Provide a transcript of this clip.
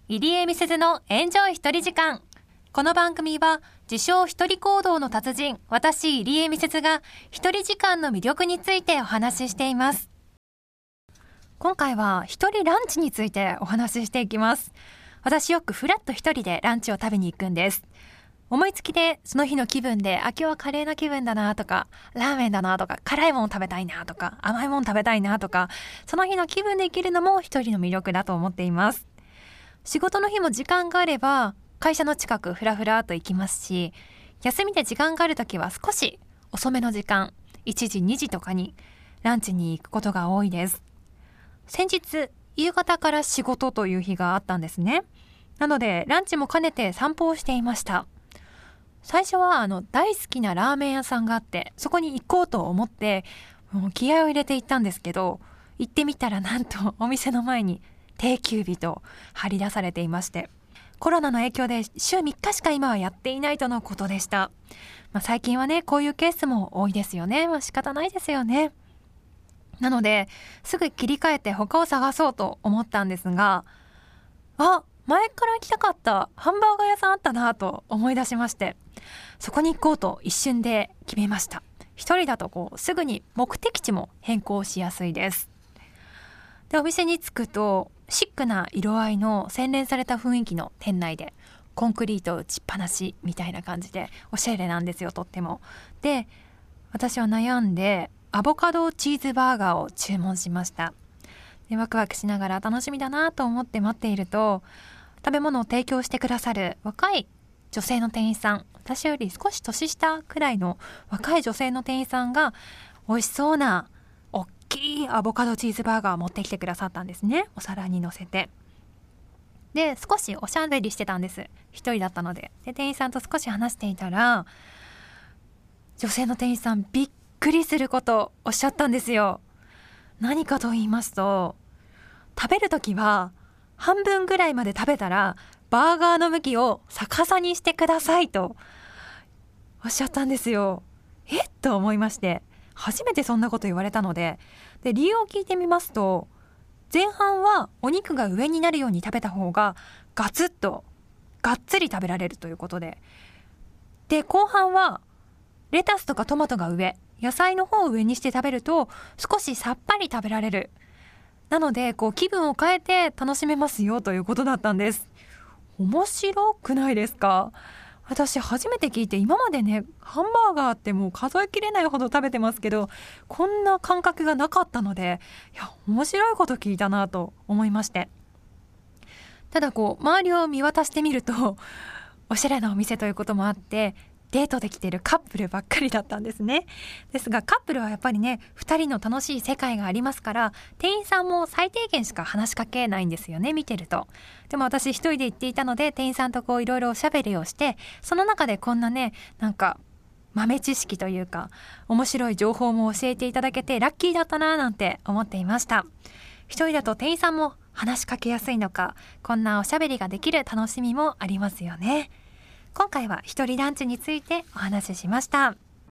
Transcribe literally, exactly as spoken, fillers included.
入江美鈴のエンジョイ一人時間。この番組は自称一人行動の達人、私入江美鈴が一人時間の魅力についてお話ししています。今回は一人ランチについてお話ししていきます。私よくフラッと一人でランチを食べに行くんです。思いつきでその日の気分で、あ、今日はカレーな気分だなとか、ラーメンだなとか、辛いもの食べたいなとか、甘いもの食べたいなとか、その日の気分で生きるのも一人の魅力だと思っています。仕事の日も時間があれば会社の近くフラフラと行きますし、休みで時間があるときは少し遅めの時間、いちじにじとかにランチに行くことが多いです。先日夕方から仕事という日があったんですね。なのでランチも兼ねて散歩をしていました。最初はあの大好きなラーメン屋さんがあって、そこに行こうと思ってもう気合を入れて行ったんですけど、行ってみたらなんとお店の前に定休日と張り出されていまして、コロナの影響で週みっかしか今はやっていないとのことでした。まあ、最近はねこういうケースも多いですよね。まあ、仕方ないですよね。なのですぐ切り替えて他を探そうと思ったんですが、あ、前から行きたかったハンバーガー屋さんあったなと思い出しまして、そこに行こうと一瞬で決めました。一人だとこうすぐに目的地も変更しやすいです。で、お店に着くとシックな色合いの洗練された雰囲気の店内で、コンクリート打ちっぱなしみたいな感じでおしゃれなんですよ、とっても。で、私は悩んでアボカドチーズバーガーを注文しました。で、ワクワクしながら楽しみだなと思って待っていると、食べ物を提供してくださる若い女性の店員さん、私より少し年下くらいの若い女性の店員さんが美味しそうな大きいアボカドチーズバーガーを持ってきてくださったんですね。お皿に乗せて。で、少しおしゃべりしてたんです。一人だったので。で、店員さんと少し話していたら、女性の店員さんびっくりすることをおっしゃったんですよ。何かと言いますと、食べるときは半分ぐらいまで食べたらバーガーの向きを逆さにしてくださいとおっしゃったんですよ。えっと思いまして、初めてそんなこと言われたので、で理由を聞いてみますと、前半はお肉が上になるように食べた方がガツッとがっつり食べられるということで、で後半はレタスとかトマトが上、野菜の方を上にして食べると少しさっぱり食べられる。なのでこう気分を変えて楽しめますよということだったんです。面白くないですか？私初めて聞いて、今までねハンバーガーってもう数えきれないほど食べてますけど、こんな感覚がなかったので、いや面白いこと聞いたなと思いまして、ただこう周りを見渡してみるとおしゃれなお店ということもあってデートできているカップルばっかりだったんですね。ですがカップルはやっぱりねふたりの楽しい世界がありますから、店員さんも最低限しか話しかけないんですよね、見てると。でも私一人で行っていたので、店員さんとこういろいろおしゃべりをして、その中でこんなねなんか豆知識というか面白い情報も教えていただけてラッキーだったななんて思っていました。一人だと店員さんも話しかけやすいのか、こんなおしゃべりができる楽しみもありますよね。今回は一人ランチについてお話ししました。